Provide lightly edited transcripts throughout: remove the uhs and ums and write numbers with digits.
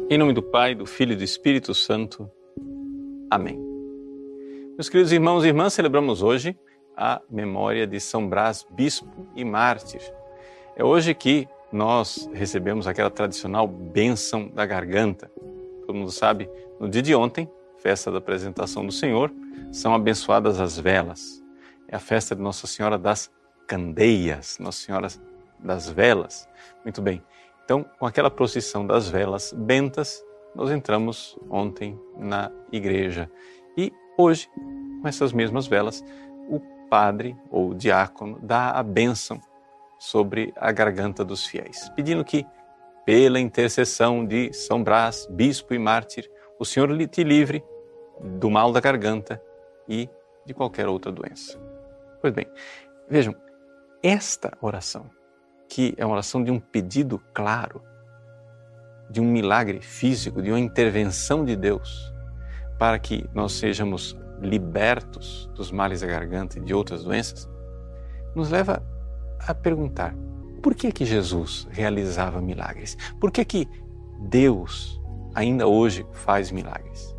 Em nome do Pai, do Filho e do Espírito Santo. Amém. Meus queridos irmãos e irmãs, celebramos hoje a memória de São Brás, bispo e mártir. É hoje que nós recebemos aquela tradicional bênção da garganta. Todo mundo sabe, no dia de ontem, festa da apresentação do Senhor, são abençoadas as velas. É a festa de Nossa Senhora das Candeias, Nossa Senhora das Velas. Muito bem. Então, com aquela procissão das velas bentas, nós entramos ontem na igreja. E hoje, com essas mesmas velas, o padre ou o diácono dá a bênção sobre a garganta dos fiéis, pedindo que, pela intercessão de São Brás, bispo e mártir, o Senhor te livre do mal da garganta e de qualquer outra doença. Pois bem, vejam, esta oração, que é uma oração de um pedido claro, de um milagre físico, de uma intervenção de Deus, para que nós sejamos libertos dos males da garganta e de outras doenças, nos leva a perguntar, por que Jesus realizava milagres? Por que Deus ainda hoje faz milagres?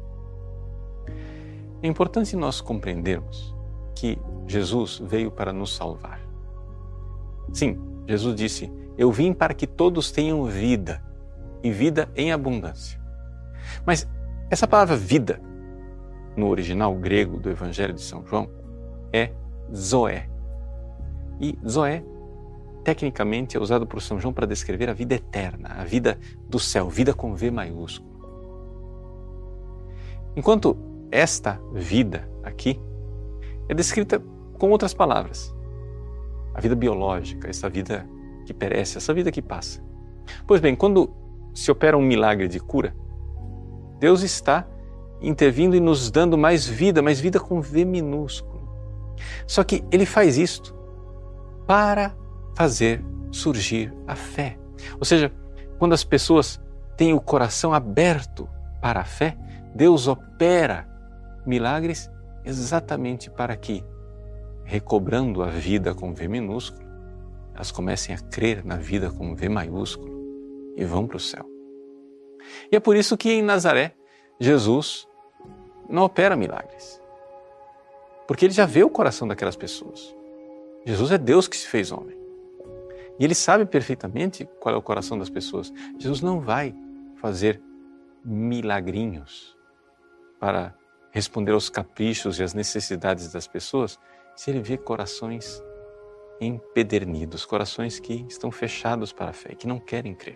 É importante nós compreendermos que Jesus veio para nos salvar. Sim, Jesus disse, eu vim para que todos tenham vida, e vida em abundância. Mas essa palavra vida, no original grego do Evangelho de São João, é zoé. E zoé, tecnicamente, é usado por São João para descrever a vida eterna, a vida do céu, vida com V maiúsculo. Enquanto esta vida aqui é descrita com outras palavras. A vida biológica, essa vida que perece, essa vida que passa. Pois bem, quando se opera um milagre de cura, Deus está intervindo e nos dando mais vida com V minúsculo. Só que Ele faz isto para fazer surgir a fé. Ou seja, quando as pessoas têm o coração aberto para a fé, Deus opera milagres exatamente para que, recobrando a vida com V minúsculo, elas comecem a crer na vida com V maiúsculo e vão para o céu. E é por isso que em Nazaré, Jesus não opera milagres. Porque Ele já vê o coração daquelas pessoas. Jesus é Deus que se fez homem. E Ele sabe perfeitamente qual é o coração das pessoas. Jesus não vai fazer milagrinhos para responder aos caprichos e às necessidades das pessoas, se Ele vê corações empedernidos, corações que estão fechados para a fé, que não querem crer.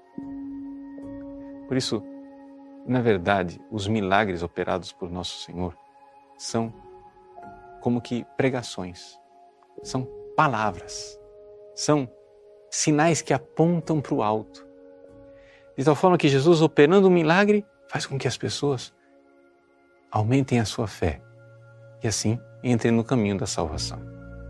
Por isso, na verdade, os milagres operados por Nosso Senhor são como que pregações, são palavras, são sinais que apontam para o alto. De tal forma que Jesus, operando um milagre, faz com que as pessoas aumentem a sua fé e assim entrem no caminho da salvação.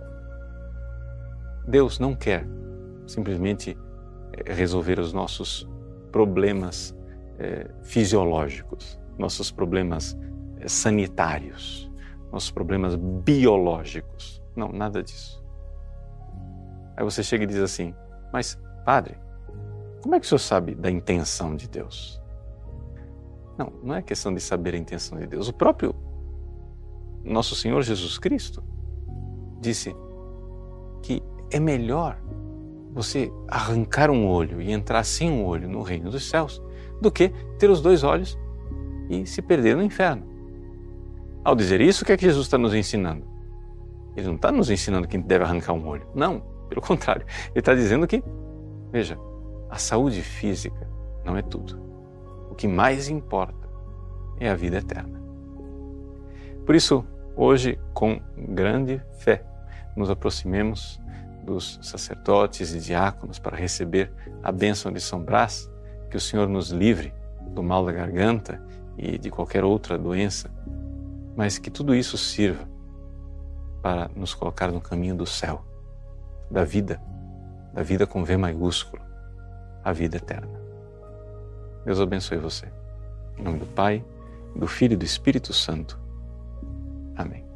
Deus não quer simplesmente resolver os nossos problemas fisiológicos, nossos problemas sanitários, nossos problemas biológicos. Não, nada disso. Aí você chega e diz assim, mas padre, como é que o senhor sabe da intenção de Deus? Não é questão de saber a intenção de Deus. O próprio Nosso Senhor Jesus Cristo disse que é melhor você arrancar um olho e entrar sem um olho no reino dos céus do que ter os dois olhos e se perder no inferno. Ao dizer isso, o que é que Jesus está nos ensinando? Ele não está nos ensinando que a gente deve arrancar um olho. Não, pelo contrário. Ele está dizendo que, veja, a saúde física não é tudo. O que mais importa é a vida eterna. Por isso, hoje, com grande fé, nos aproximemos dos sacerdotes e diáconos para receber a bênção de São Brás, que o Senhor nos livre do mal da garganta e de qualquer outra doença, mas que tudo isso sirva para nos colocar no caminho do céu, da vida com V maiúsculo, a vida eterna. Deus abençoe você. Em nome do Pai, do Filho e do Espírito Santo. Amém.